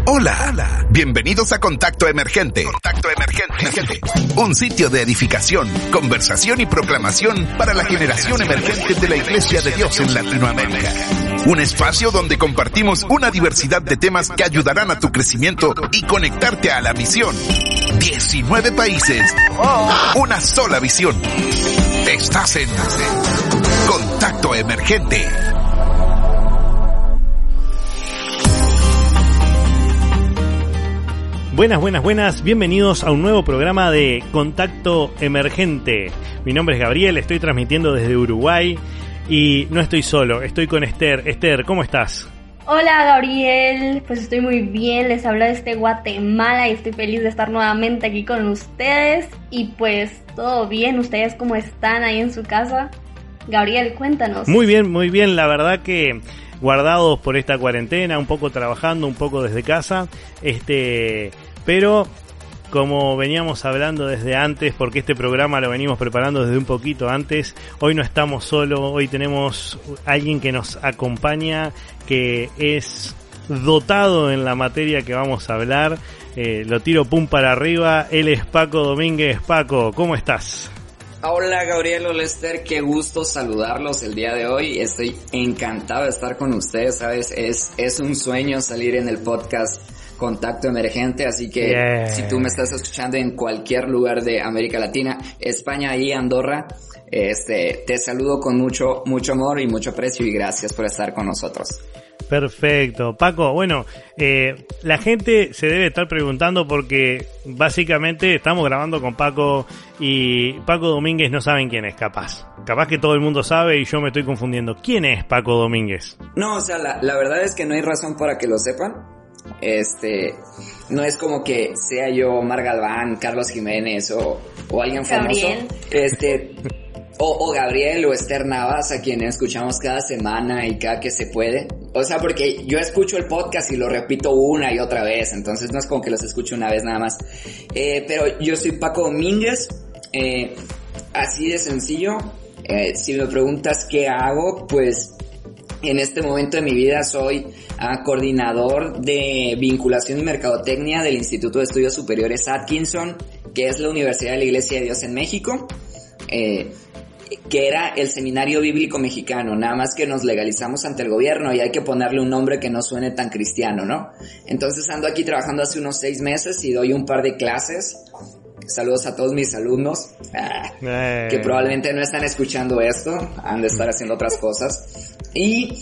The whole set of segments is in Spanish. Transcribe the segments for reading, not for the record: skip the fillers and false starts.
Hola. Bienvenidos a Contacto Emergente. Un sitio de edificación, conversación y proclamación para la generación emergente de la Iglesia de Dios en Latinoamérica. Un espacio donde compartimos una diversidad de temas que ayudarán a tu crecimiento y conectarte a la misión. 19 países, una sola visión. Estás en Contacto Emergente. Buenas, bienvenidos a un nuevo programa de Contacto Emergente. Mi nombre es Gabriel, estoy transmitiendo desde Uruguay y no estoy solo, estoy con Esther. Esther, ¿cómo estás? Hola Gabriel, pues estoy muy bien, les hablo desde Guatemala y estoy feliz de estar nuevamente aquí con ustedes. Y pues todo bien, ¿ustedes cómo están ahí en su casa? Gabriel, cuéntanos. Muy bien, la verdad que guardados por esta cuarentena, un poco trabajando, un poco desde casa, pero como veníamos hablando desde antes, porque este programa lo venimos preparando desde un poquito antes, hoy no estamos solos, hoy tenemos alguien que nos acompaña, que es dotado en la materia que vamos a hablar, lo tiro pum para arriba, él es Paco Domínguez. Paco, ¿cómo estás? Hola Gabriel, hola Esther, qué gusto saludarlos el día de hoy, estoy encantado de estar con ustedes, ¿sabes? Es un sueño salir en el podcast Contacto Emergente, así que si tú me estás escuchando en cualquier lugar de América Latina, España y Andorra, te saludo con mucho amor y mucho aprecio y gracias por estar con nosotros. Perfecto. Paco, bueno, la gente se debe estar preguntando porque básicamente estamos grabando con Paco y Paco Domínguez no saben quién es, capaz que todo el mundo sabe y yo me estoy confundiendo. ¿Quién es Paco Domínguez? No, o sea, la verdad es que no hay razón para que lo sepan. No es como que sea yo Omar Galván, Carlos Jiménez o alguien famoso. O Gabriel o Esther Navas, a quien escuchamos cada semana y cada que se puede. O sea, porque yo escucho el podcast y lo repito una y otra vez, entonces no es como que los escucho una vez nada más. Pero yo soy Paco Domínguez, así de sencillo. Si me preguntas qué hago, pues en este momento de mi vida soy coordinador de vinculación y mercadotecnia del Instituto de Estudios Superiores Atkinson, que es la Universidad de la Iglesia de Dios en México. Que era el Seminario Bíblico Mexicano, nada más que nos legalizamos ante el gobierno y hay que ponerle un nombre que no suene tan cristiano, ¿no? Entonces ando aquí trabajando hace unos 6 meses y doy un par de clases. Saludos a todos mis alumnos, que probablemente no están escuchando esto, han de estar haciendo otras cosas. Y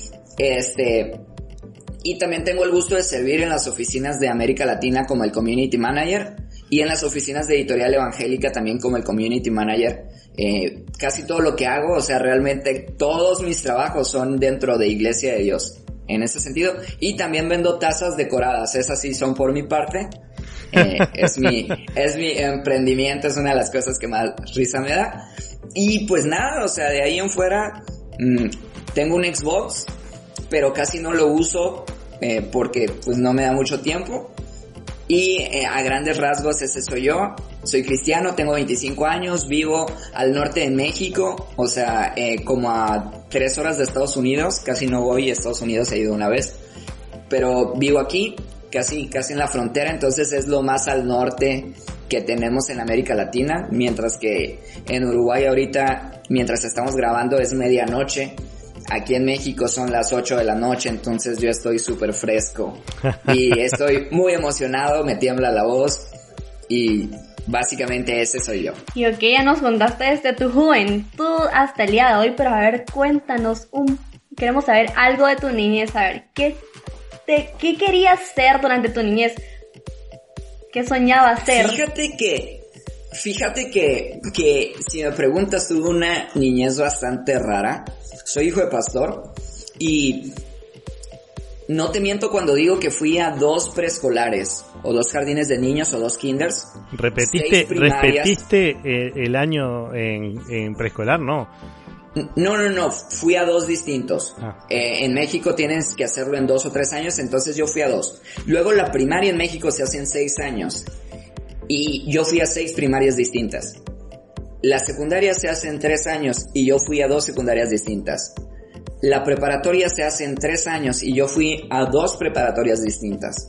también tengo el gusto de servir en las oficinas de América Latina como el Community Manager y en las oficinas de Editorial Evangélica también como el Community Manager. Casi todo lo que hago, o sea, realmente todos mis trabajos son dentro de Iglesia de Dios, en ese sentido. Y también vendo tazas decoradas, esas sí son por mi parte. Es mi emprendimiento, es una de las cosas que más risa me da. Y pues nada, o sea, de ahí en fuera, tengo un Xbox, pero casi no lo uso, porque pues no me da mucho tiempo. Y a grandes rasgos ese soy yo. Soy cristiano, tengo 25 años, vivo al norte de México, o sea, como a 3 horas de Estados Unidos. Casi no voy a Estados Unidos, he ido una vez, pero vivo aquí, casi en la frontera, entonces es lo más al norte que tenemos en América Latina, mientras que en Uruguay ahorita, mientras estamos grabando, es medianoche. Aquí en México son las 8 de la noche, entonces yo estoy súper fresco y estoy muy emocionado, me tiembla la voz y básicamente ese soy yo. Y ok, ya nos contaste desde tu juventud hasta el día de hoy, pero a ver, cuéntanos, queremos saber algo de tu niñez, a ver, ¿qué querías ser durante tu niñez? ¿Qué soñabas ser? Fíjate que si me preguntas, tuve una niñez bastante rara. Soy hijo de pastor y no te miento cuando digo que fui a 2 preescolares o 2 jardines de niños o 2 kinders. ¿Repetiste el año en preescolar? No. No, fui a 2 distintos. En México tienes que hacerlo en 2 o 3 años, entonces yo fui a 2. Luego la primaria en México se hace en 6 años y yo fui a 6 primarias distintas. La secundaria se hace en 3 años y yo fui a 2 secundarias distintas. La preparatoria se hace en 3 años y yo fui a 2 preparatorias distintas.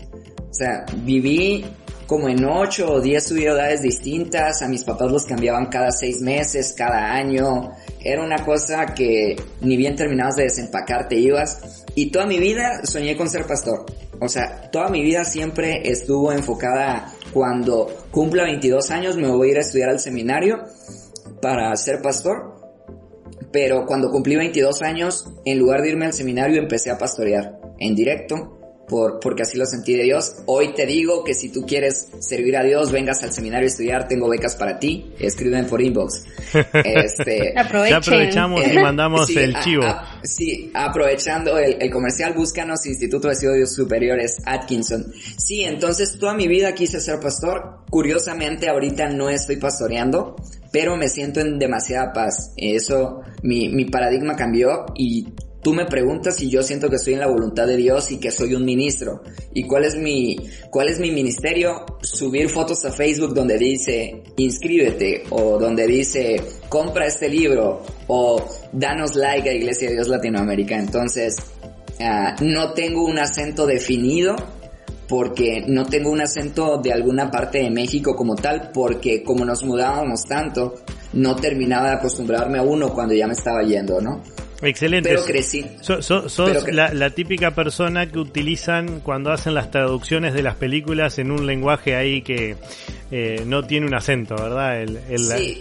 O sea, viví como en 8 o 10 ciudades distintas, a mis papás los cambiaban cada 6 meses, cada año, era una cosa que ni bien terminabas de desempacar te ibas, y toda mi vida soñé con ser pastor. O sea, toda mi vida siempre estuvo enfocada, cuando cumpla 22 años me voy a ir a estudiar al seminario para ser pastor. Pero cuando cumplí 22 años, en lugar de irme al seminario, empecé a pastorear en directo, porque así lo sentí de Dios. Hoy te digo que si tú quieres servir a Dios, vengas al seminario a estudiar, tengo becas para ti, escriben por inbox. Aprovechen. Aprovechamos y mandamos sí, el chivo. Sí, aprovechando el comercial, búscanos Instituto de Estudios Superiores Atkinson. Sí, entonces toda mi vida quise ser pastor. Curiosamente ahorita no estoy pastoreando, pero me siento en demasiada paz. Eso, mi paradigma cambió, y tú me preguntas si yo siento que estoy en la voluntad de Dios y que soy un ministro. ¿Y cuál es mi ministerio? Subir fotos a Facebook donde dice inscríbete, o donde dice compra este libro, o danos like a Iglesia de Dios Latinoamérica. Entonces, no tengo un acento definido, porque no tengo un acento de alguna parte de México como tal, porque como nos mudábamos tanto, no terminaba de acostumbrarme a uno cuando ya me estaba yendo, ¿no? Excelente. Pero crecí. Sos la típica persona que utilizan cuando hacen las traducciones de las películas en un lenguaje ahí que no tiene un acento, ¿verdad? Sí,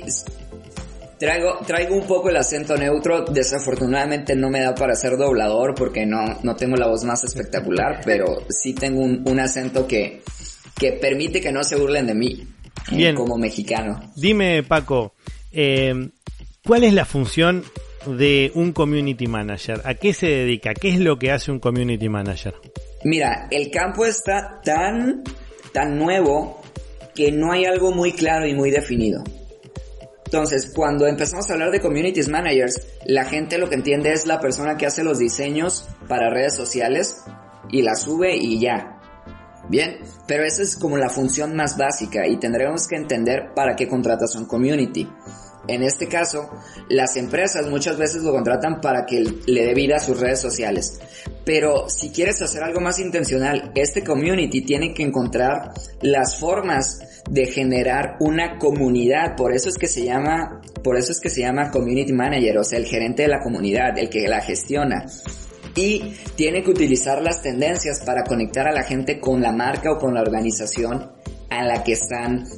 traigo un poco el acento neutro. Desafortunadamente no me da para ser doblador porque no tengo la voz más espectacular, pero sí tengo un acento que permite que no se burlen de mí. Bien. Como mexicano. Dime, Paco, ¿cuál es la función de un community manager? ¿A qué se dedica? ¿Qué es lo que hace un community manager? Mira, el campo está tan nuevo que no hay algo muy claro y muy definido. Entonces, cuando empezamos a hablar de community managers, la gente lo que entiende es la persona que hace los diseños para redes sociales y la sube y ya. Bien, pero esa es como la función más básica, y tendremos que entender para qué contratas un community. En este caso, las empresas muchas veces lo contratan para que le dé vida a sus redes sociales. Pero si quieres hacer algo más intencional, este community tiene que encontrar las formas de generar una comunidad. Por eso es que se llama community manager, o sea, el gerente de la comunidad, el que la gestiona. Y tiene que utilizar las tendencias para conectar a la gente con la marca o con la organización a la que están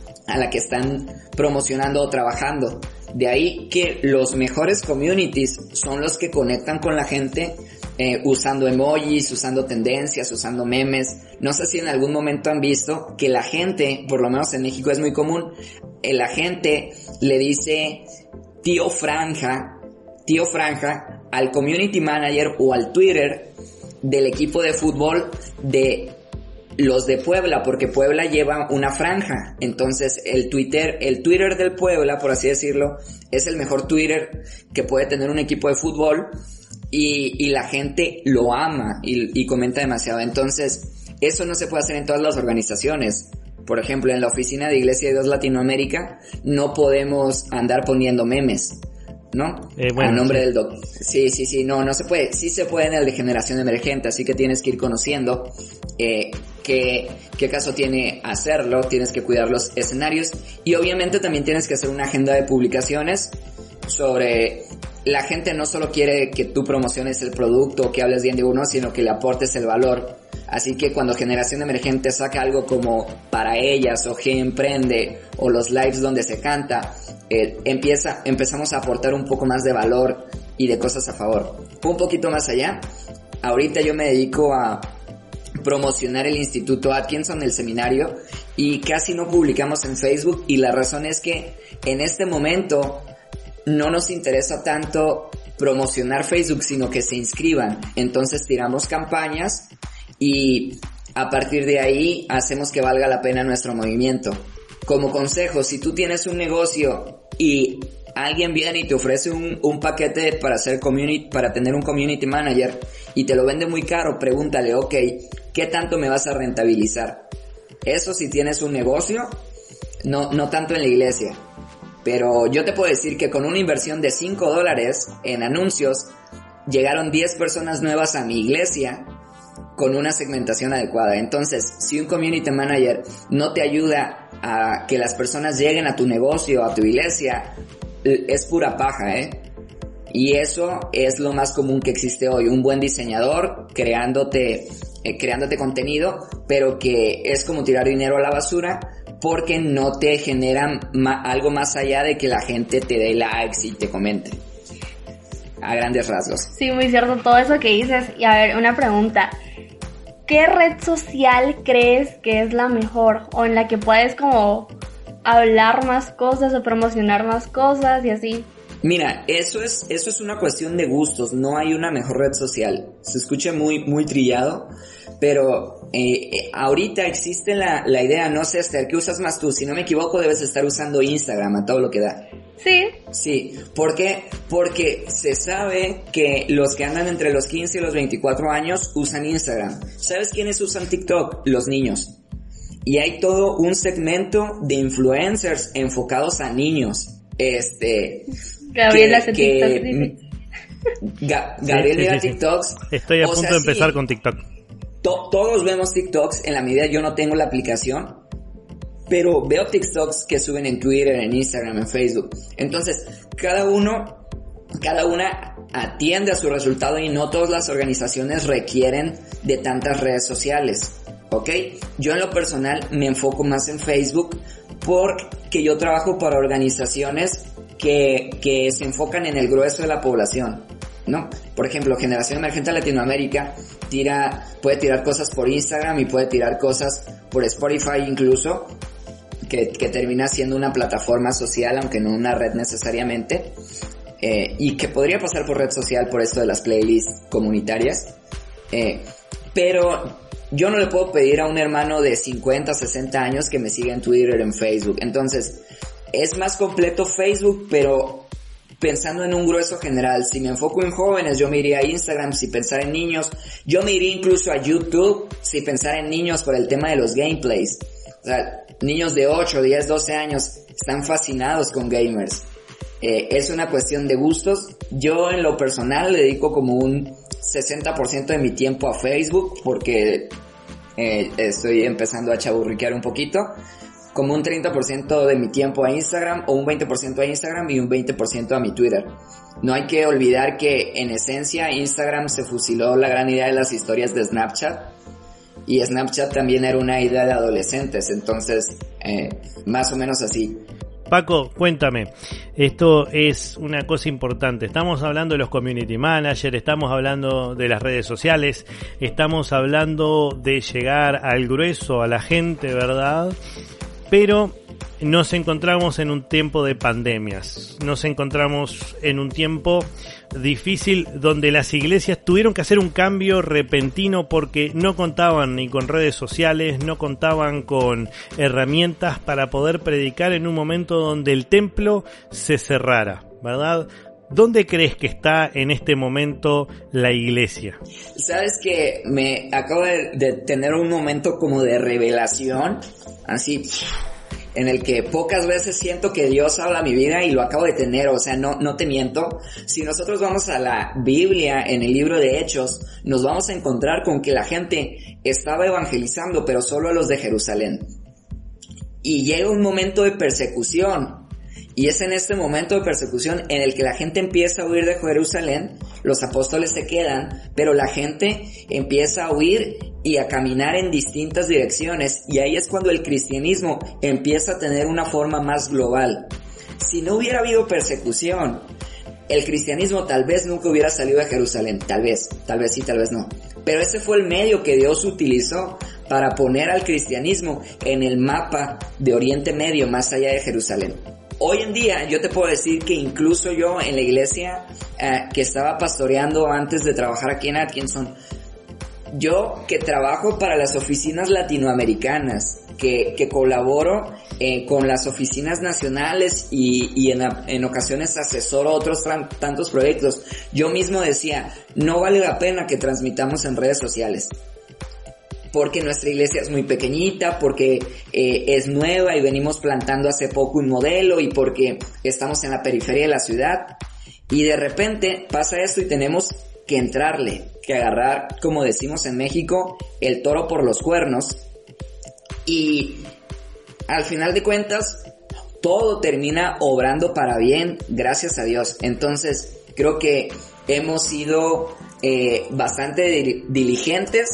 promocionando o trabajando. De ahí que los mejores communities son los que conectan con la gente usando emojis, usando tendencias, usando memes. No sé si en algún momento han visto que la gente, por lo menos en México es muy común, la gente le dice tío franja al community manager o al Twitter del equipo de fútbol de los de Puebla, porque Puebla lleva una franja. Entonces el Twitter del Puebla, por así decirlo, es el mejor Twitter que puede tener un equipo de fútbol, y la gente lo ama y comenta demasiado. Entonces eso no se puede hacer en todas las organizaciones. Por ejemplo, en la oficina de Iglesia de Dios Latinoamérica no podemos andar poniendo memes, ¿no? Bueno, a nombre sí. del doc. Sí, no se puede. Sí se puede en el de generación emergente, así que tienes que ir conociendo qué caso tiene hacerlo, tienes que cuidar los escenarios, y obviamente también tienes que hacer una agenda de publicaciones sobre... La gente no solo quiere que tú promociones el producto o que hables bien de uno, sino que le aportes el valor. Así que cuando Generación Emergente saca algo como Para Ellas o G Emprende o los lives donde se canta, empezamos a aportar un poco más de valor y de cosas a favor. Un poquito más allá, ahorita yo me dedico a promocionar el Instituto Atkinson, el seminario, y casi no publicamos en Facebook, y la razón es que en este momento no nos interesa tanto promocionar Facebook, sino que se inscriban. Entonces tiramos campañas y a partir de ahí hacemos que valga la pena nuestro movimiento. Como consejo, si tú tienes un negocio y alguien viene y te ofrece un paquete para tener un community manager y te lo vende muy caro, pregúntale, ok, ¿qué tanto me vas a rentabilizar? Eso si tienes un negocio, no tanto en la iglesia. Pero yo te puedo decir que con una inversión de $5 en anuncios, llegaron 10 personas nuevas a mi iglesia, con una segmentación adecuada. Entonces, si un community manager no te ayuda a que las personas lleguen a tu negocio, a tu iglesia, es pura paja, Y eso es lo más común que existe hoy. Un buen diseñador creándote contenido, pero que es como tirar dinero a la basura porque no te generan algo más allá de que la gente te dé likes y te comente. A grandes rasgos. Sí, muy cierto todo eso que dices. Y a ver, una pregunta. ¿Qué red social crees que es la mejor? O en la que puedes como hablar más cosas o promocionar más cosas y así. Mira, eso es una cuestión de gustos, no hay una mejor red social. Se escucha muy, muy trillado, pero ahorita existe la idea, no sé, Esther, ¿qué usas más tú? Si no me equivoco, debes estar usando Instagram a todo lo que da. Sí. Sí, ¿por qué? Porque se sabe que los que andan entre los 15 y los 24 años usan Instagram. ¿Sabes quiénes usan TikTok? Los niños. Y hay todo un segmento de influencers enfocados a niños. Gabriel hace TikTok, dice. Gabriel mira TikToks. Estoy a punto de empezar con TikTok. Todos vemos TikToks, en la medida yo no tengo la aplicación, pero veo TikToks que suben en Twitter, en Instagram, en Facebook. Entonces, cada una atiende a su resultado y no todas las organizaciones requieren de tantas redes sociales, ¿ok? Yo en lo personal me enfoco más en Facebook porque yo trabajo para organizaciones que se enfocan en el grueso de la población, ¿no? Por ejemplo, Generación Emergente Latinoamérica puede tirar cosas por Instagram y puede tirar cosas por Spotify incluso, que termina siendo una plataforma social, aunque no una red necesariamente, y que podría pasar por red social por esto de las playlists comunitarias, pero yo no le puedo pedir a un hermano de 50, 60 años que me siga en Twitter, en Facebook. Entonces, es más completo Facebook, pero pensando en un grueso general. Si me enfoco en jóvenes, yo me iría a Instagram. Si pensara en niños, yo me iría incluso a YouTube. Si pensara en niños por el tema de los gameplays. O sea, niños de 8, 10, 12 años están fascinados con gamers. Es una cuestión de gustos. Yo en lo personal le dedico como un 60% de mi tiempo a Facebook porque estoy empezando a chaburriquear un poquito. Como un 30% de mi tiempo a Instagram o un 20% a Instagram y un 20% a mi Twitter. No hay que olvidar que en esencia Instagram se fusiló la gran idea de las historias de Snapchat y Snapchat también era una idea de adolescentes, entonces más o menos así. Paco, cuéntame, esto es una cosa importante, estamos hablando de los community managers, estamos hablando de las redes sociales, estamos hablando de llegar al grueso, a la gente, ¿verdad? Pero nos encontramos en un tiempo de pandemias, nos encontramos en un tiempo difícil donde las iglesias tuvieron que hacer un cambio repentino porque no contaban ni con redes sociales, no contaban con herramientas para poder predicar en un momento donde el templo se cerrara, ¿verdad? ¿Dónde crees que está en este momento la iglesia? Sabes que me acabo de tener un momento como de revelación, así, en el que pocas veces siento que Dios habla a mi vida y lo acabo de tener, o sea, no te miento. Si nosotros vamos a la Biblia, en el libro de Hechos, nos vamos a encontrar con que la gente estaba evangelizando, pero solo a los de Jerusalén. Y llega un momento de persecución. Y es en este momento de persecución en el que la gente empieza a huir de Jerusalén, los apóstoles se quedan, pero la gente empieza a huir y a caminar en distintas direcciones, y ahí es cuando el cristianismo empieza a tener una forma más global. Si no hubiera habido persecución, el cristianismo tal vez nunca hubiera salido de Jerusalén, tal vez sí, tal vez no. Pero ese fue el medio que Dios utilizó para poner al cristianismo en el mapa de Oriente Medio, más allá de Jerusalén. Hoy en día yo te puedo decir que incluso yo en la iglesia que estaba pastoreando antes de trabajar aquí en Atkinson, yo que trabajo para las oficinas latinoamericanas, que colaboro con las oficinas nacionales y en ocasiones asesoro otros tantos proyectos, yo mismo decía, no vale la pena que transmitamos en redes sociales. Porque nuestra iglesia es muy pequeñita, porque es nueva y venimos plantando hace poco un modelo y porque estamos en la periferia de la ciudad. Y de repente pasa esto y tenemos que entrarle. que agarrar, como decimos en México, el toro por los cuernos. Y al final de cuentas, todo termina obrando para bien, gracias a Dios. Entonces, creo que hemos sido bastante diligentes,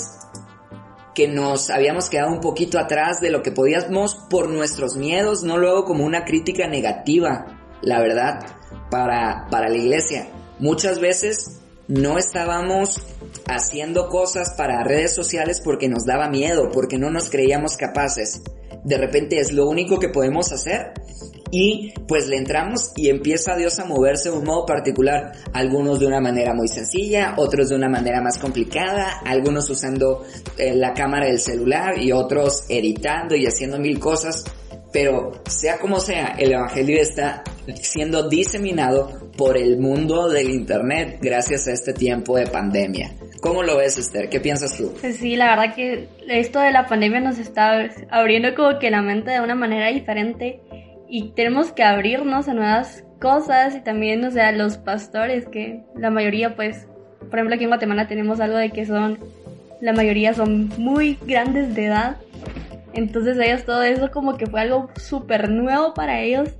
que nos habíamos quedado un poquito atrás de lo que podíamos por nuestros miedos, no lo hago como una crítica negativa, la verdad, para la iglesia. Muchas veces no estábamos haciendo cosas para redes sociales porque nos daba miedo, porque no nos creíamos capaces. De repente es lo único que podemos hacer y pues le entramos y empieza Dios a moverse de un modo particular, algunos de una manera muy sencilla, otros de una manera más complicada, algunos usando la cámara del celular y otros editando y haciendo mil cosas, pero sea como sea, el evangelio está siendo diseminado por el mundo del internet gracias a este tiempo de pandemia. ¿Cómo lo ves, Esther? ¿Qué piensas tú? Pues sí, la verdad que esto de la pandemia nos está abriendo como que la mente de una manera diferente y tenemos que abrirnos a nuevas cosas y también, o sea, los pastores que la mayoría, pues, por ejemplo aquí en Guatemala tenemos algo de que la mayoría son muy grandes de edad, entonces ellos todo eso como que fue algo súper nuevo para ellos,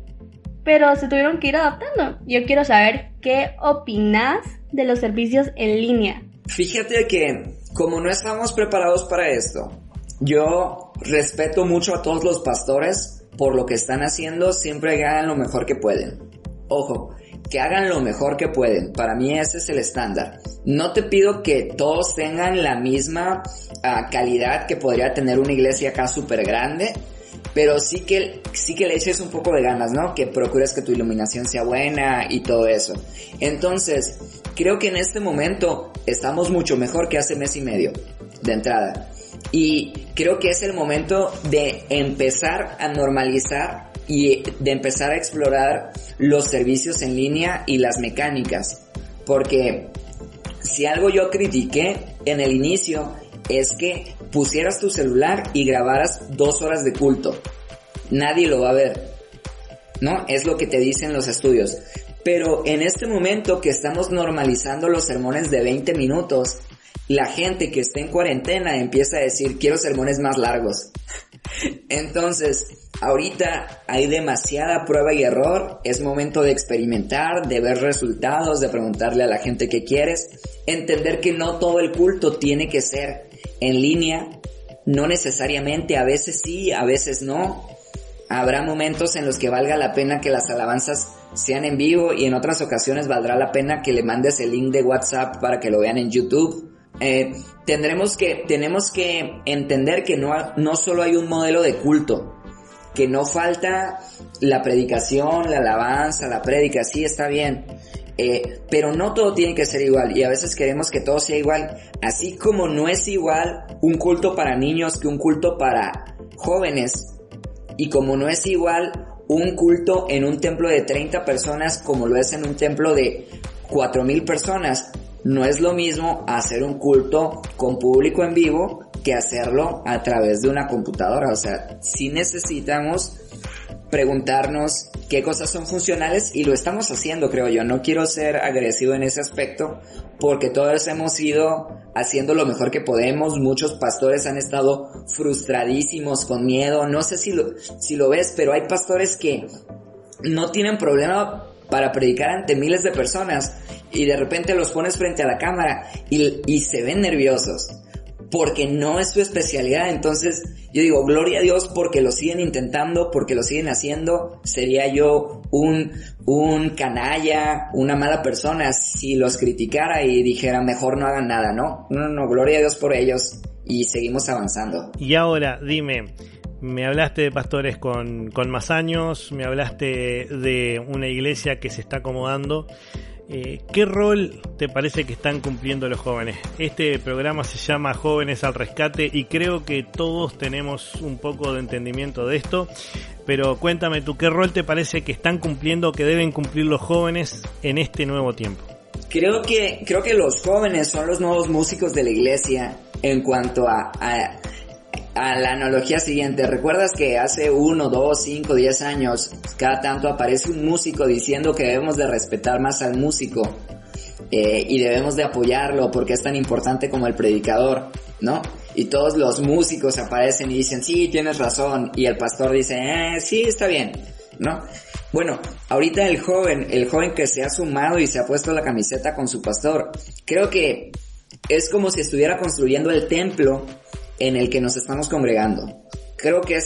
pero se tuvieron que ir adaptando. Yo quiero saber qué opinas de los servicios en línea. Fíjate que como no estamos preparados para esto, yo respeto mucho a todos los pastores por lo que están haciendo, siempre que hagan lo mejor que pueden. Ojo, que hagan lo mejor que pueden, para mí ese es el estándar. No te pido que todos tengan la misma calidad que podría tener una iglesia acá súper grande, pero sí que le eches un poco de ganas, ¿no? Que procures que tu iluminación sea buena y todo eso. Entonces, creo que en este momento estamos mucho mejor que hace mes y medio de entrada. Y creo que es el momento de empezar a normalizar y de empezar a explorar los servicios en línea y las mecánicas. Porque si algo yo critiqué en el inicio es que pusieras tu celular y grabaras 2 horas de culto. Nadie lo va a ver, ¿no? Es lo que te dicen los estudios. Pero en este momento que estamos normalizando los sermones de 20 minutos, la gente que está en cuarentena empieza a decir, quiero sermones más largos. Entonces, ahorita hay demasiada prueba y error, es momento de experimentar, de ver resultados, de preguntarle a la gente qué quieres, entender que no todo el culto tiene que ser en línea, no necesariamente, a veces sí, a veces no. Habrá momentos en los que valga la pena que las alabanzas sean en vivo y en otras ocasiones valdrá la pena que le mandes el link de WhatsApp para que lo vean en YouTube. Tenemos que entender que no solo hay un modelo de culto, que no falta la predicación, la alabanza, la prédica, sí está bien, pero no todo tiene que ser igual y a veces queremos que todo sea igual, así como no es igual un culto para niños que un culto para jóvenes y como no es igual un culto en un templo de 30 personas como lo es en un templo de 4,000 personas. No es lo mismo hacer un culto con público en vivo que hacerlo a través de una computadora. O sea, sí necesitamos preguntarnos qué cosas son funcionales y lo estamos haciendo, creo yo. No quiero ser agresivo en ese aspecto porque todos hemos ido haciendo lo mejor que podemos. Muchos pastores han estado frustradísimos, con miedo. No sé si lo ves, pero hay pastores que no tienen problema para predicar ante miles de personas y de repente los pones frente a la cámara y se ven nerviosos porque no es su especialidad. Entonces yo digo, gloria a Dios porque lo siguen intentando, porque lo siguen haciendo. Sería yo un canalla, una mala persona si los criticara y dijera mejor no hagan nada, ¿no? No, gloria a Dios por ellos y seguimos avanzando. Y ahora, dime, me hablaste de pastores con más años, me hablaste de una iglesia que se está acomodando. ¿Qué rol te parece que están cumpliendo los jóvenes? Este programa se llama Jóvenes al Rescate y creo que todos tenemos un poco de entendimiento de esto, pero cuéntame tú, ¿qué rol te parece que están cumpliendo, que deben cumplir los jóvenes en este nuevo tiempo? Creo que los jóvenes son los nuevos músicos de la iglesia en cuanto a la analogía siguiente. ¿Recuerdas que hace 1, 2, 5, 10 años cada tanto aparece un músico diciendo que debemos de respetar más al músico? y debemos de apoyarlo porque es tan importante como el predicador, ¿no? Y todos los músicos aparecen y dicen, sí, tienes razón, y el pastor dice, sí, está bien, ¿no? Bueno, ahorita el joven que se ha sumado y se ha puesto la camiseta con su pastor, creo que es como si estuviera construyendo el templo en el que nos estamos congregando. Creo que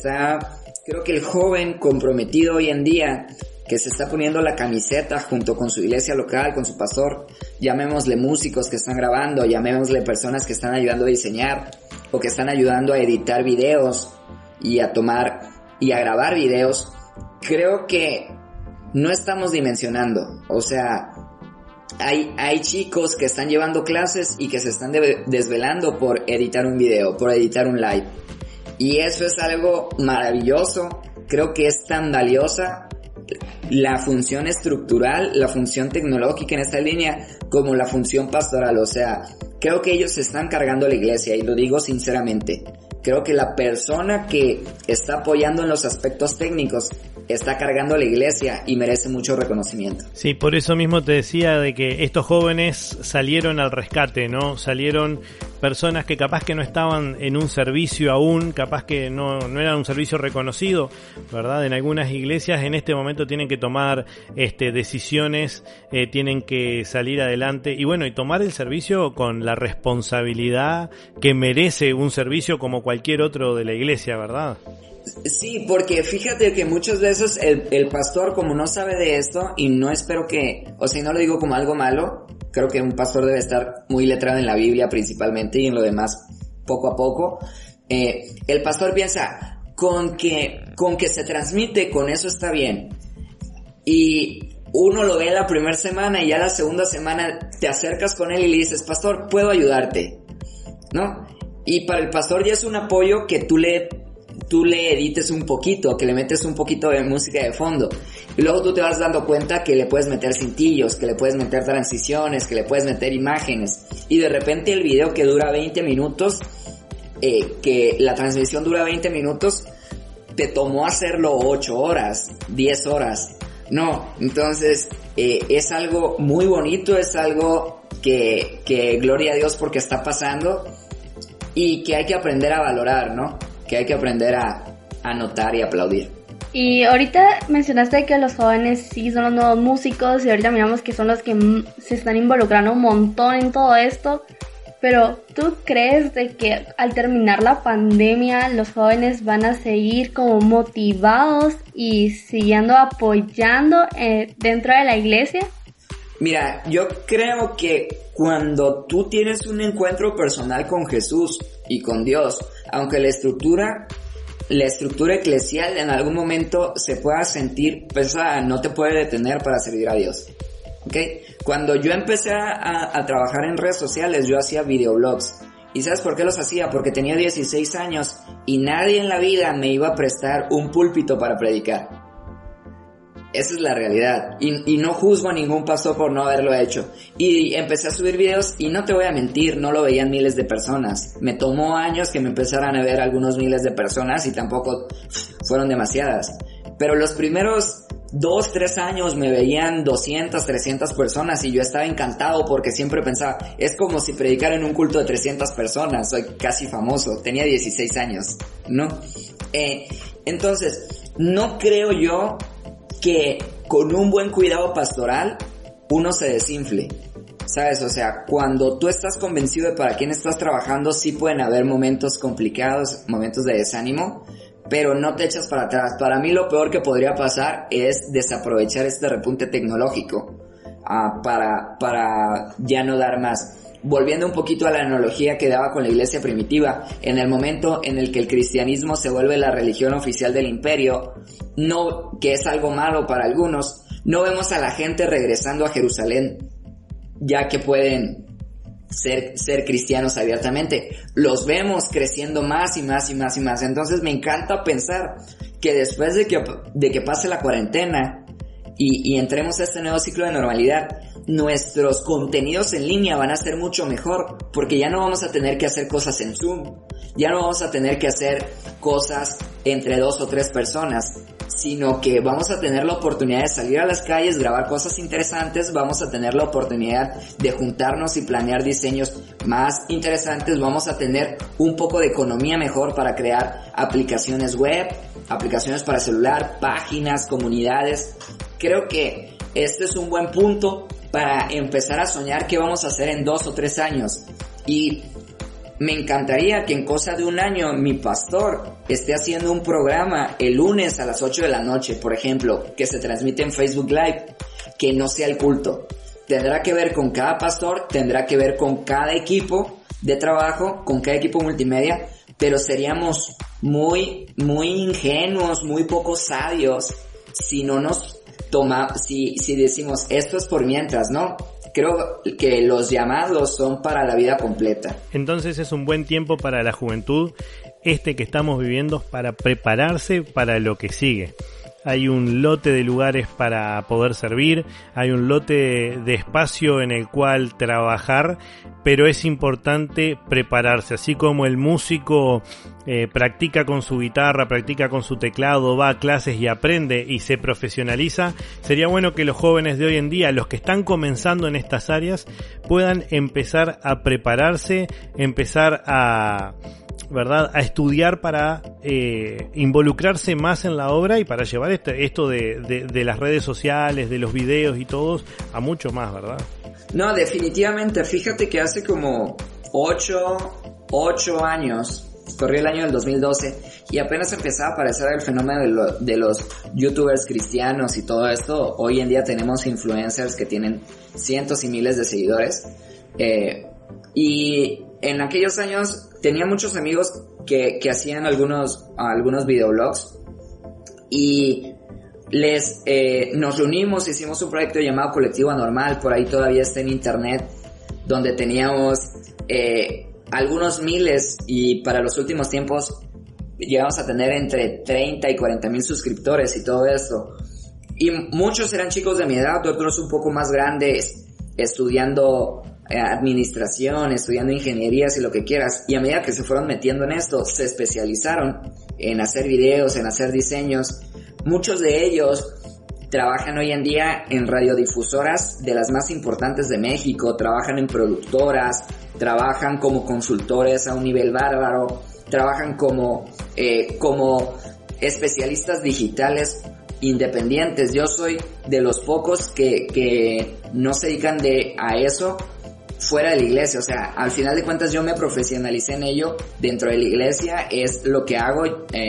el joven comprometido hoy en día, que se está poniendo la camiseta junto con su iglesia local, con su pastor, llamémosle músicos que están grabando, llamémosle personas que están ayudando a diseñar, o que están ayudando a editar videos, y a grabar videos, creo que no estamos dimensionando. O sea, hay chicos que están llevando clases y que se están desvelando por editar un video, por editar un live. Y eso es algo maravilloso. Creo que es tan valiosa la función estructural, la función tecnológica en esta línea, como la función pastoral. O sea, creo que ellos se están cargando la iglesia, y lo digo sinceramente. Creo que la persona que está apoyando en los aspectos técnicos está cargando la iglesia y merece mucho reconocimiento. Sí, por eso mismo te decía de que estos jóvenes salieron al rescate, ¿no? Salieron personas que capaz que no estaban en un servicio aún, capaz que no eran un servicio reconocido, ¿verdad? En algunas iglesias en este momento tienen que tomar decisiones, tienen que salir adelante y bueno, y tomar el servicio con la responsabilidad que merece un servicio como cualquier otro de la iglesia, ¿verdad? Sí, porque fíjate que muchas veces el pastor, como no sabe de esto, y no espero que, o sea, no lo digo como algo malo, creo que un pastor debe estar muy letrado en la Biblia principalmente, y en lo demás poco a poco. El pastor piensa, con que se transmite, con eso está bien. Y uno lo ve la primera semana, y ya la segunda semana te acercas con él y le dices, pastor, ¿puedo ayudarte? ¿No? Y para el pastor ya es un apoyo que tú le edites un poquito, que le metes un poquito de música de fondo, y luego tú te vas dando cuenta que le puedes meter cintillos, que le puedes meter transiciones, que le puedes meter imágenes, y de repente el video que dura 20 minutos, que la transmisión dura 20 minutos, te tomó hacerlo 8 horas, 10 horas, no, entonces es algo muy bonito, es algo que gloria a Dios porque está pasando, y que hay que aprender a valorar, ¿no? Que hay que aprender a notar y aplaudir. Y ahorita mencionaste que los jóvenes sí son los nuevos músicos, y ahorita miramos que son los que se están involucrando un montón en todo esto, pero ¿tú crees de que al terminar la pandemia los jóvenes van a seguir como motivados y siguiendo apoyando dentro de la iglesia? Mira, yo creo que cuando tú tienes un encuentro personal con Jesús y con Dios, aunque la estructura eclesial en algún momento se pueda sentir pesada, no te puede detener para servir a Dios, ¿ok? Cuando yo empecé a trabajar en redes sociales, yo hacía videoblogs. ¿Y sabes por qué los hacía? Porque tenía 16 años y nadie en la vida me iba a prestar un púlpito para predicar. Esa es la realidad, y no juzgo a ningún pastor por no haberlo hecho. Y empecé a subir videos, y no te voy a mentir, no lo veían miles de personas. Me tomó años que me empezaran a ver algunos miles de personas, y tampoco fueron demasiadas. Pero los primeros 2-3 años me veían 200, 300 personas, y yo estaba encantado porque siempre pensaba, es como si predicara en un culto de 300 personas, soy casi famoso, tenía 16 años, ¿no? Entonces, no creo yo que con un buen cuidado pastoral uno se desinfle, ¿sabes? O sea, cuando tú estás convencido de para quién estás trabajando, sí pueden haber momentos complicados, momentos de desánimo, pero no te echas para atrás. Para mí lo peor que podría pasar es desaprovechar este repunte tecnológico para ya no dar más. Volviendo un poquito a la analogía que daba con la iglesia primitiva, en el momento en el que el cristianismo se vuelve la religión oficial del imperio, no, que es algo malo para algunos, no vemos a la gente regresando a Jerusalén, ya que pueden ser cristianos abiertamente. Los vemos creciendo más y más y más y más. Entonces me encanta pensar que después de que pase la cuarentena y entremos a este nuevo ciclo de normalidad, nuestros contenidos en línea van a ser mucho mejor, porque ya no vamos a tener que hacer cosas en Zoom, ya no vamos a tener que hacer cosas entre 2 o 3 personas. sino que vamos a tener la oportunidad de salir a las calles, grabar cosas interesantes, vamos a tener la oportunidad de juntarnos y planear diseños más interesantes, vamos a tener un poco de economía mejor para crear aplicaciones web, aplicaciones para celular, páginas, comunidades. Creo que este es un buen punto para empezar a soñar qué vamos a hacer en 2 o 3 años. Y me encantaría que en cosa de un año mi pastor esté haciendo un programa el lunes a las 8 de la noche, por ejemplo, que se transmite en Facebook Live, que no sea el culto. Tendrá que ver con cada pastor, tendrá que ver con cada equipo de trabajo, con cada equipo multimedia, pero seríamos muy ingenuos, muy poco sabios si no nos si decimos esto es por mientras, ¿no? Creo que los llamados son para la vida completa. Entonces es un buen tiempo para la juventud, que estamos viviendo, para prepararse para lo que sigue. Hay un lote de lugares para poder servir, hay un lote de espacio en el cual trabajar, pero es importante prepararse, así como el músico practica con su guitarra, practica con su teclado, va a clases y aprende y se profesionaliza. Sería bueno que los jóvenes de hoy en día, los que están comenzando en estas áreas, puedan empezar a prepararse, empezar a estudiar para involucrarse más en la obra y para llevar esto de las redes sociales, de los videos y todos a mucho más, ¿verdad? No, definitivamente. Fíjate que hace como 8 años, corrió el año del 2012 y apenas empezaba a aparecer el fenómeno de los youtubers cristianos y todo esto. Hoy en día tenemos influencers que tienen cientos y miles de seguidores, y en aquellos años tenía muchos amigos que hacían algunos videoblogs y nos reunimos, hicimos un proyecto llamado Colectivo Anormal, por ahí todavía está en internet, donde teníamos algunos miles, y para los últimos tiempos llegamos a tener entre 30 y 40 mil suscriptores y todo esto. Y muchos eran chicos de mi edad, otros un poco más grandes, estudiando administración, estudiando ingenierías y lo que quieras, y a medida que se fueron metiendo en esto, se especializaron en hacer videos, en hacer diseños. Muchos de ellos trabajan hoy en día en radiodifusoras de las más importantes de México, trabajan en productoras, trabajan como consultores a un nivel bárbaro, trabajan como especialistas digitales independientes. Yo soy de los pocos que no se dedican a eso fuera de la iglesia. O sea, al final de cuentas yo me profesionalicé en ello dentro de la iglesia, es lo que hago.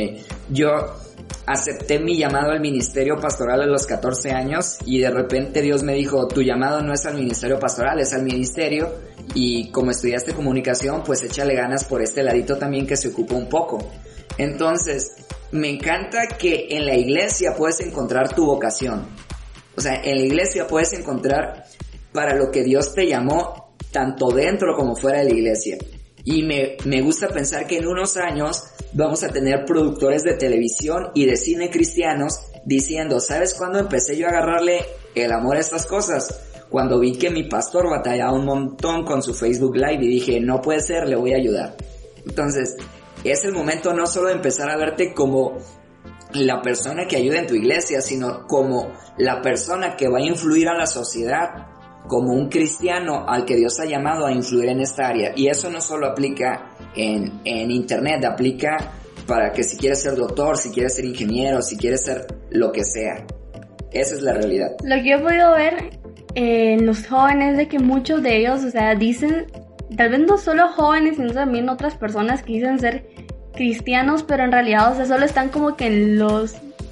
Yo acepté mi llamado al ministerio pastoral a los 14 años y de repente Dios me dijo, tu llamado no es al ministerio pastoral, es al ministerio, y como estudiaste comunicación, pues échale ganas por este ladito también que se ocupa un poco. Entonces, me encanta que en la iglesia puedes encontrar tu vocación. O sea, en la iglesia puedes encontrar para lo que Dios te llamó, tanto dentro como fuera de la iglesia. Y me gusta pensar que en unos años vamos a tener productores de televisión y de cine cristianos diciendo, ¿sabes cuándo empecé yo a agarrarle el amor a estas cosas? Cuando vi que mi pastor batallaba un montón con su Facebook Live y dije, no puede ser, le voy a ayudar. Entonces, es el momento no solo de empezar a verte como la persona que ayuda en tu iglesia, sino como la persona que va a influir a la sociedad, como un cristiano al que Dios ha llamado a influir en esta área. Y eso no solo aplica en internet, aplica para que si quieres ser doctor, si quieres ser ingeniero, si quieres ser lo que sea. Esa es la realidad. Lo que yo he podido ver en los jóvenes es de que muchos de ellos, o sea, dicen, tal vez no solo jóvenes, sino también otras personas que dicen ser cristianos, pero en realidad, o sea, solo están como que en los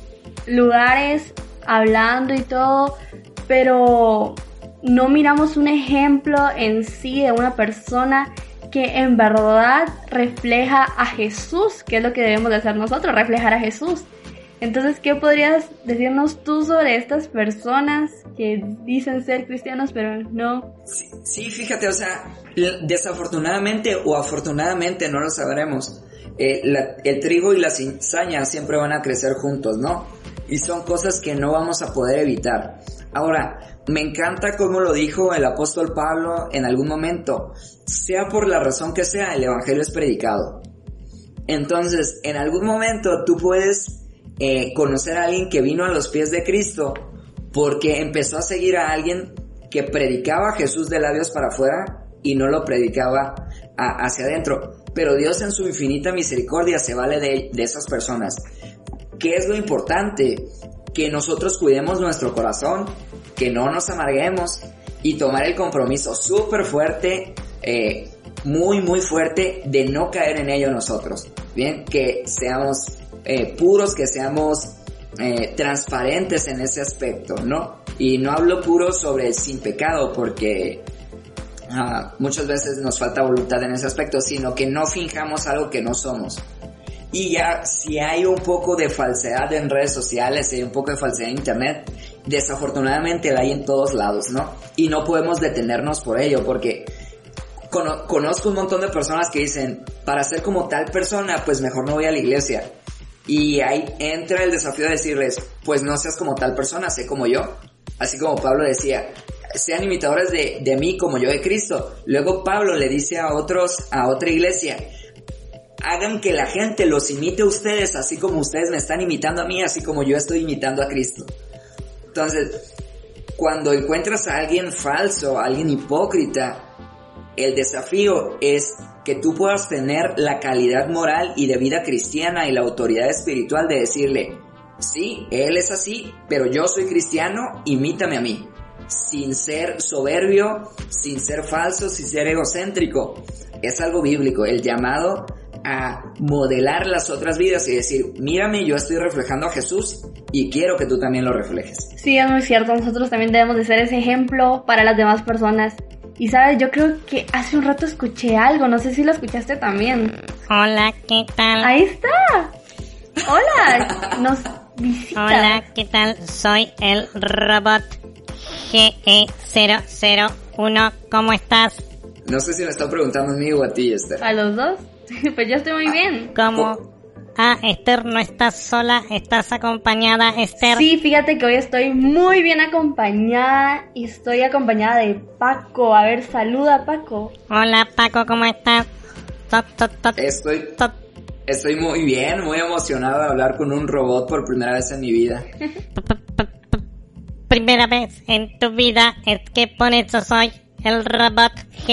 lugares hablando y todo, pero no miramos un ejemplo en sí de una persona que en verdad refleja a Jesús, que es lo que debemos de hacer nosotros, reflejar a Jesús. Entonces, ¿qué podrías decirnos tú sobre estas personas que dicen ser cristianos pero no? Sí, fíjate, o sea, desafortunadamente o afortunadamente no lo sabremos. El trigo y la cizaña siempre van a crecer juntos, ¿no? Y son cosas que no vamos a poder evitar. Ahora, me encanta como lo dijo el apóstol Pablo en algún momento, sea por la razón que sea, el evangelio es predicado. Entonces, en algún momento tú puedes conocer a alguien que vino a los pies de Cristo porque empezó a seguir a alguien que predicaba a Jesús de labios para afuera y no lo predicaba hacia adentro. Pero Dios en su infinita misericordia se vale de esas personas. ¿Qué es lo importante? Que nosotros cuidemos nuestro corazón, que no nos amarguemos y tomar el compromiso súper fuerte, muy muy fuerte de no caer en ello nosotros. Bien, que seamos puros, que seamos transparentes en ese aspecto, ¿no? Y no hablo puro sobre el sin pecado porque muchas veces nos falta voluntad en ese aspecto, sino que no finjamos algo que no somos. Y ya, si hay un poco de falsedad en redes sociales, si hay un poco de falsedad en internet, desafortunadamente la hay en todos lados, ¿no? Y no podemos detenernos por ello, porque conozco un montón de personas que dicen, para ser como tal persona, pues mejor no voy a la iglesia. Y ahí entra el desafío de decirles, pues no seas como tal persona, sé como yo. Así como Pablo decía, sean imitadores de mí como yo de Cristo. Luego Pablo le dice a otra iglesia, hagan que la gente los imite a ustedes, así como ustedes me están imitando a mí, así como yo estoy imitando a Cristo. Entonces, cuando encuentras a alguien falso, a alguien hipócrita, el desafío es que tú puedas tener la calidad moral y de vida cristiana y la autoridad espiritual de decirle, sí, él es así, pero yo soy cristiano, imítame a mí. Sin ser soberbio, sin ser falso, sin ser egocéntrico. Es algo bíblico, el llamado a modelar las otras vidas y decir, mírame, yo estoy reflejando a Jesús y quiero que tú también lo reflejes. Sí, es muy cierto, nosotros también debemos de ser ese ejemplo para las demás personas. Y sabes, yo creo que hace un rato escuché algo, no sé si lo escuchaste también. Hola, ¿qué tal? Ahí está. Hola, nos visita. Hola, ¿qué tal? Soy el robot GE001, ¿cómo estás? No sé si me está preguntando a mí o a ti, Esther. ¿A los dos? Pues yo estoy muy bien. ¿Cómo? Esther, no estás sola, estás acompañada, Esther. Sí, fíjate que hoy estoy muy bien acompañada y estoy acompañada de Paco. A ver, saluda, Paco. Hola, Paco, ¿cómo estás? Estoy muy bien, muy emocionado de hablar con un robot por primera vez en mi vida. Primera vez en tu vida, es que por eso soy el robot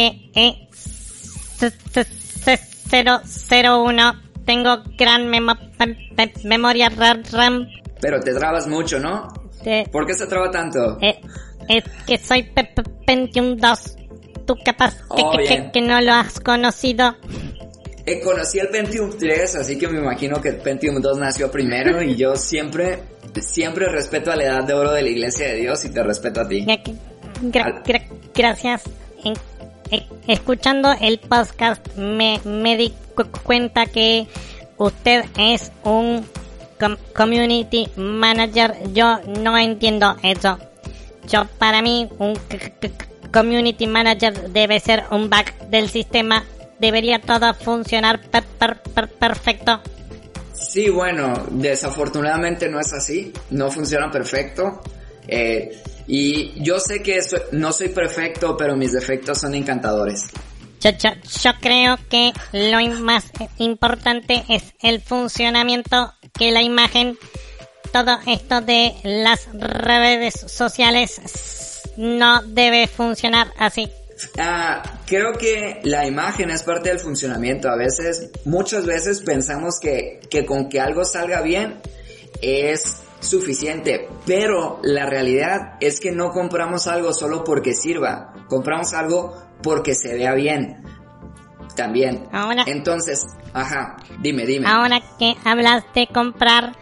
GE001. Tengo gran memoria RAM. Pero te trabas mucho, ¿no? ¿Por qué se traba tanto? Es que soy Pentium 2. Tú capaz que no lo has conocido. Conocí el Pentium 3, así que me imagino que el Pentium 2 nació primero y yo siempre respeto a la edad de oro de la Iglesia de Dios y te respeto a ti. Gracias. Escuchando el podcast me di cuenta que usted es un community manager. Yo no entiendo eso. Para mí un community manager debe ser un bug del sistema. Debería todo funcionar perfecto. Sí, bueno, desafortunadamente no es así. No funciona perfecto. Y yo sé que no soy perfecto, pero mis defectos son encantadores. Yo creo que lo más importante es el funcionamiento, que la imagen, todo esto de las redes sociales no debe funcionar así. Creo que la imagen es parte del funcionamiento. Muchas veces pensamos que con que algo salga bien es suficiente, pero la realidad es que no compramos algo solo porque sirva, compramos algo porque se vea bien también. Ahora, entonces, dime. Ahora que hablas de comprar,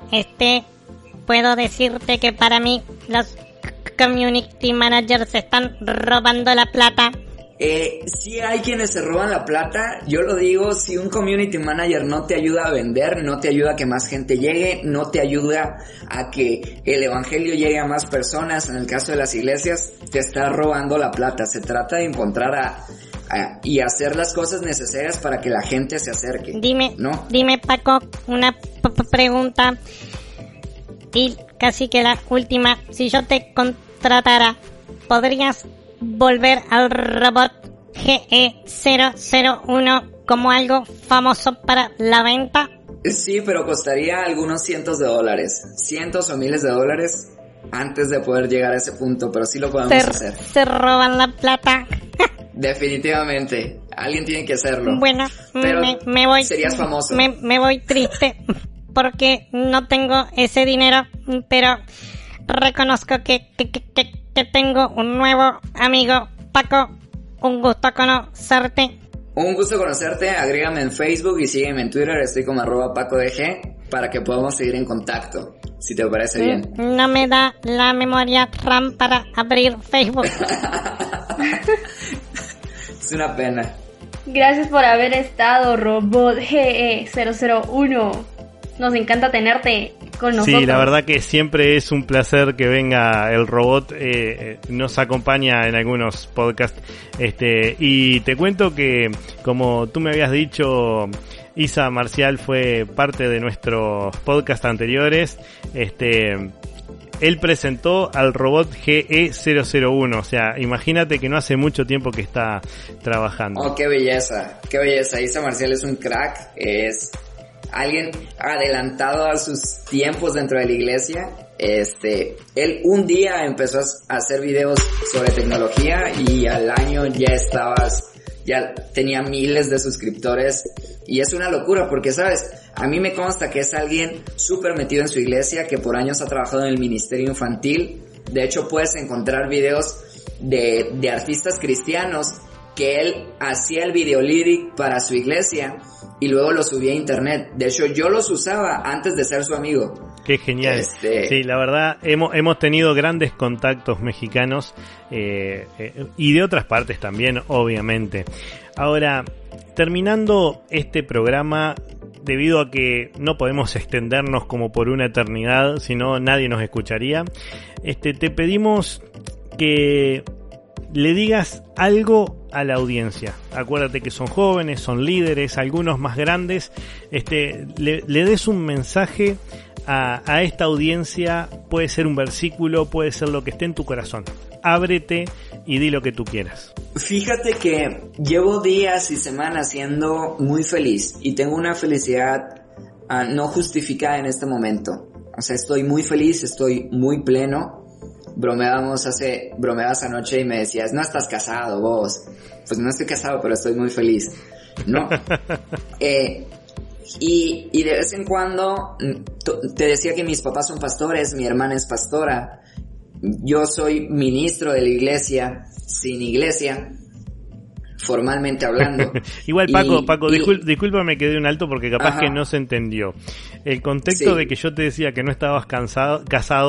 puedo decirte que para mí los community managers están robando la plata. Sí hay quienes se roban la plata, yo lo digo, si un community manager no te ayuda a vender, no te ayuda a que más gente llegue, no te ayuda a que el evangelio llegue a más personas, en el caso de las iglesias, te está robando la plata. Se trata de encontrar y hacer las cosas necesarias para que la gente se acerque. Dime, Paco, una pregunta, y casi que la última. Si yo te contratara, ¿podrías volver al robot GE001 como algo famoso para la venta? Sí, pero costaría algunos cientos de dólares, cientos o miles de dólares antes de poder llegar a ese punto, pero sí lo podemos hacer. Se roban la plata. Definitivamente, alguien tiene que hacerlo. Bueno, pero me voy. Serías famoso. Me voy triste porque no tengo ese dinero, pero reconozco que tengo un nuevo amigo. Paco, un gusto conocerte. Un gusto conocerte, agrégame en Facebook y sígueme en Twitter, estoy como @PacoDG para que podamos seguir en contacto, si te parece bien. No me da la memoria RAM para abrir Facebook. Es una pena. Gracias por haber estado, Robot GE001. Nos encanta tenerte con nosotros. Sí, la verdad que siempre es un placer que venga el robot, nos acompaña en algunos podcasts, y te cuento que, como tú me habías dicho, Isa Marcial fue parte de nuestros podcasts anteriores, él presentó al robot GE001, o sea, imagínate que no hace mucho tiempo que está trabajando. Oh, qué belleza, qué belleza. Isa Marcial es un crack, es alguien adelantado a sus tiempos dentro de la iglesia. Él un día empezó a hacer videos sobre tecnología y al año ya tenía miles de suscriptores y es una locura porque, ¿sabes? A mí me consta que es alguien súper metido en su iglesia, que por años ha trabajado en el ministerio infantil. De hecho, puedes encontrar videos de artistas cristianos que él hacía el video lyric para su iglesia y luego lo subía a internet. De hecho, yo los usaba antes de ser su amigo. Qué genial. Sí, la verdad, hemos tenido grandes contactos mexicanos y de otras partes también, obviamente. Ahora, terminando este programa, debido a que no podemos extendernos como por una eternidad, si no nadie nos escucharía, te pedimos que le digas algo a la audiencia. Acuérdate que son jóvenes, son líderes, algunos más grandes. Le des un mensaje a esta audiencia. Puede ser un versículo, puede ser lo que esté en tu corazón. Ábrete y di lo que tú quieras. Fíjate que llevo días y semanas siendo muy feliz y tengo una felicidad no justificada en este momento. O sea, estoy muy feliz, estoy muy pleno. Bromeabas anoche y me decías, no estás casado vos. Pues no estoy casado, pero estoy muy feliz. No. Y de vez en cuando te decía que mis papás son pastores, mi hermana es pastora, yo soy ministro de la iglesia, sin iglesia, formalmente hablando. Igual, Paco, discúlpame que dé un alto porque capaz que no se entendió. El contexto de que yo te decía que no estabas casado,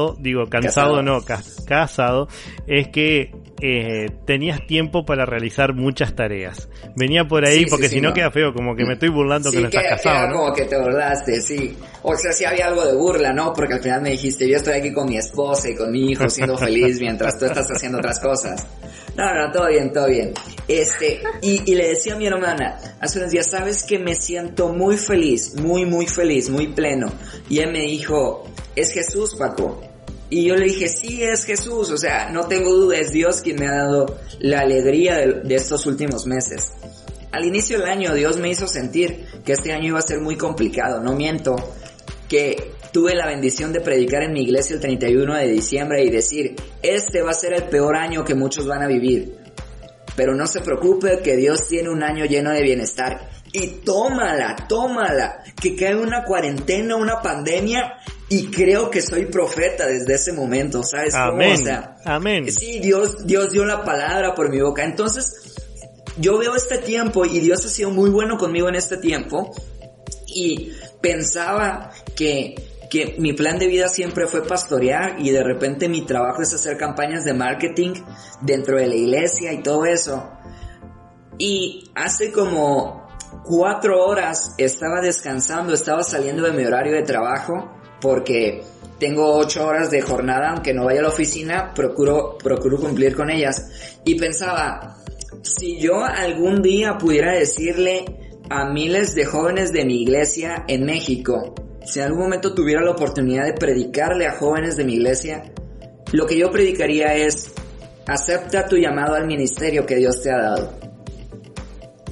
es que tenías tiempo para realizar muchas tareas. Venía por ahí porque si no queda feo, como que me estoy burlando que no estás casado, ¿no? Como que te burlaste, sí. O sea, sí había algo de burla, ¿no? Porque al final me dijiste, yo estoy aquí con mi esposa y con mi hijo siendo feliz mientras tú estás haciendo otras cosas. No, todo bien. Y le decía a mi hermana hace unos días, ¿sabes que me siento muy feliz, muy feliz, muy pleno? Y él me dijo, es Jesús, Paco. Y yo le dije, sí, es Jesús, o sea, no tengo duda, es Dios quien me ha dado la alegría de estos últimos meses. Al inicio del año Dios me hizo sentir que este año iba a ser muy complicado, no miento, que tuve la bendición de predicar en mi iglesia el 31 de diciembre y decir, este va a ser el peor año que muchos van a vivir. Pero no se preocupe que Dios tiene un año lleno de bienestar. Y tómala, que cae una cuarentena, una pandemia, y creo que soy profeta desde ese momento, ¿sabes? Amén, cómo? O sea, amén. Sí, Dios dio la palabra por mi boca. Entonces, yo veo este tiempo y Dios ha sido muy bueno conmigo en este tiempo. Y pensaba que mi plan de vida siempre fue pastorear y de repente mi trabajo es hacer campañas de marketing dentro de la iglesia y todo eso. Y hace como 4 horas estaba descansando, estaba saliendo de mi horario de trabajo porque tengo 8 horas de jornada, aunque no vaya a la oficina, procuro cumplir con ellas. Y pensaba, si yo algún día pudiera decirle a miles de jóvenes de mi iglesia en México, si en algún momento tuviera la oportunidad de predicarle a jóvenes de mi iglesia, lo que yo predicaría es, acepta tu llamado al ministerio que Dios te ha dado.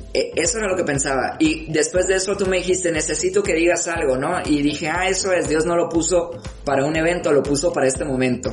Eso era lo que pensaba. Y después de eso tú me dijiste, necesito que digas algo, ¿no? Y dije, eso es, Dios no lo puso para un evento, lo puso para este momento.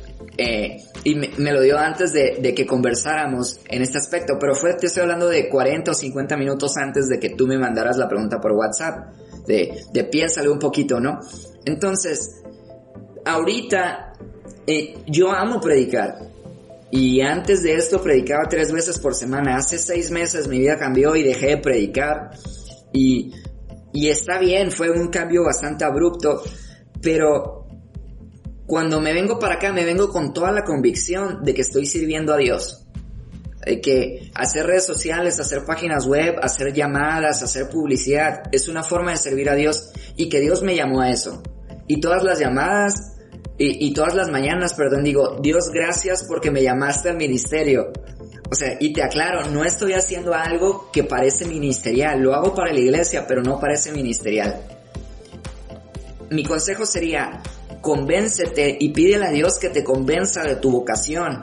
Y me lo dio antes de que conversáramos en este aspecto, pero te estoy hablando de 40 o 50 minutos antes de que tú me mandaras la pregunta por WhatsApp. De piénsale un poquito, ¿no? Entonces, ahorita, yo amo predicar. Y antes de esto predicaba 3 veces por semana. Hace 6 meses mi vida cambió y dejé de predicar. Y está bien, fue un cambio bastante abrupto. Pero cuando me vengo para acá, me vengo con toda la convicción de que estoy sirviendo a Dios. De que hacer redes sociales, hacer páginas web, hacer llamadas, hacer publicidad, es una forma de servir a Dios. Y que Dios me llamó a eso. Y todas las llamadas... Y todas las mañanas, digo, Dios, gracias porque me llamaste al ministerio. O sea, y te aclaro, no estoy haciendo algo que parece ministerial. Lo hago para la iglesia, pero no parece ministerial. Mi consejo sería, convéncete y pídele a Dios que te convenza de tu vocación.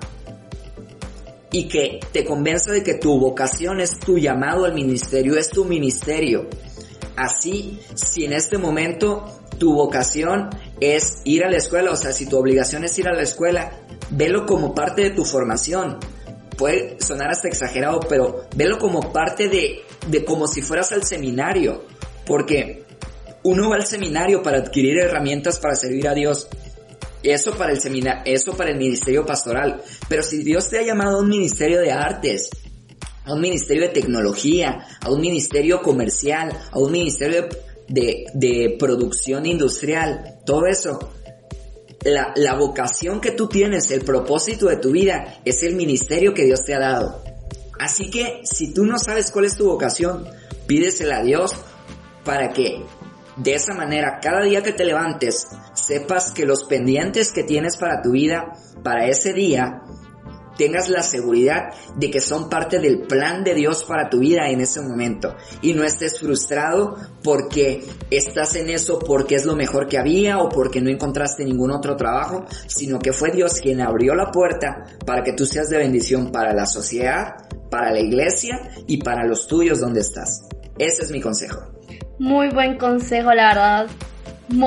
Y que te convenza de que tu vocación es tu llamado al ministerio, es tu ministerio. Así, si en este momento tu vocación es ir a la escuela, o sea, si tu obligación es ir a la escuela, velo como parte de tu formación. Puede sonar hasta exagerado, pero velo como parte de como si fueras al seminario, porque uno va al seminario para adquirir herramientas para servir a Dios. Eso para el ministerio pastoral. Pero si Dios te ha llamado a un ministerio de artes, a un ministerio de tecnología, a un ministerio comercial, a un ministerio de producción industrial, todo eso, la vocación que tú tienes, el propósito de tu vida es el ministerio que Dios te ha dado. Así que si tú no sabes cuál es tu vocación, pídesela a Dios para que de esa manera cada día que te levantes sepas que los pendientes que tienes para tu vida, para ese día, tengas la seguridad de que son parte del plan de Dios para tu vida en ese momento. Y no estés frustrado porque estás en eso porque es lo mejor que había o porque no encontraste ningún otro trabajo, sino que fue Dios quien abrió la puerta para que tú seas de bendición para la sociedad, para la iglesia y para los tuyos donde estás. Ese es mi consejo. Muy buen consejo, la verdad. Me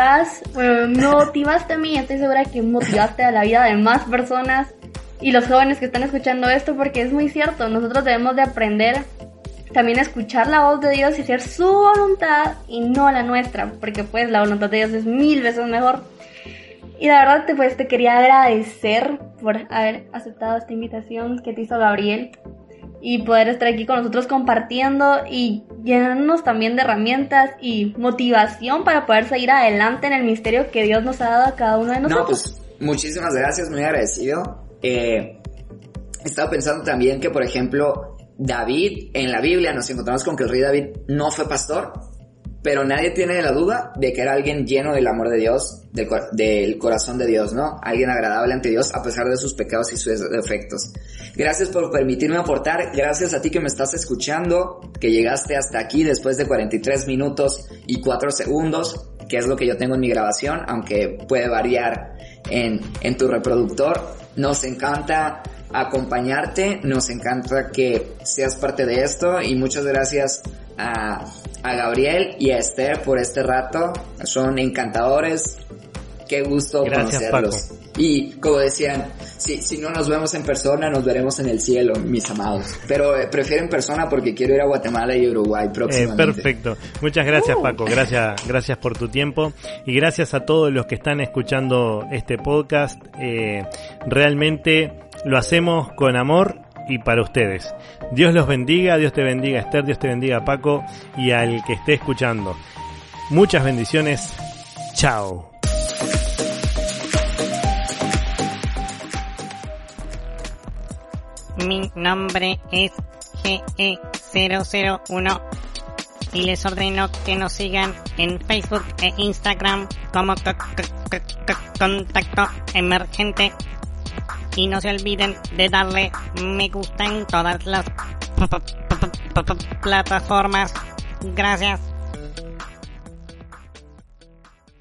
motivaste a mí, estoy segura que motivaste a la vida de más personas y los jóvenes que están escuchando esto, porque es muy cierto, nosotros debemos de aprender también a escuchar la voz de Dios y hacer su voluntad y no la nuestra, porque pues la voluntad de Dios es 1000 veces mejor. Y la verdad te quería agradecer por haber aceptado esta invitación que te hizo Gabriel y poder estar aquí con nosotros compartiendo y llenarnos también de herramientas y motivación para poder seguir adelante en el ministerio que Dios nos ha dado a cada uno de nosotros. No, pues muchísimas gracias, muy agradecido. He estado pensando también que, por ejemplo, David, en la Biblia nos encontramos con que el rey David no fue pastor, pero nadie tiene la duda de que era alguien lleno del amor de Dios, del corazón de Dios, ¿no? Alguien agradable ante Dios a pesar de sus pecados y sus defectos. Gracias por permitirme aportar, gracias a ti que me estás escuchando, que llegaste hasta aquí después de 43 minutos y 4 segundos, que es lo que yo tengo en mi grabación, aunque puede variar en tu reproductor. Nos encanta acompañarte, nos encanta que seas parte de esto y muchas gracias a Gabriel y a Esther por este rato, son encantadores, qué gusto conocerlos. Paco. Y como decían, si no nos vemos en persona, nos veremos en el cielo, mis amados. Pero prefiero en persona porque quiero ir a Guatemala y Uruguay próximamente. Perfecto. Muchas gracias, Paco. Gracias por tu tiempo. Y gracias a todos los que están escuchando este podcast. Realmente lo hacemos con amor y para ustedes. Dios los bendiga, Dios te bendiga, Esther, Dios te bendiga, Paco, y al que esté escuchando. Muchas bendiciones. Chao. Mi nombre es GE001 y les ordeno que nos sigan en Facebook e Instagram como Contacto Emergente y no se olviden de darle me gusta en todas las plataformas. Gracias.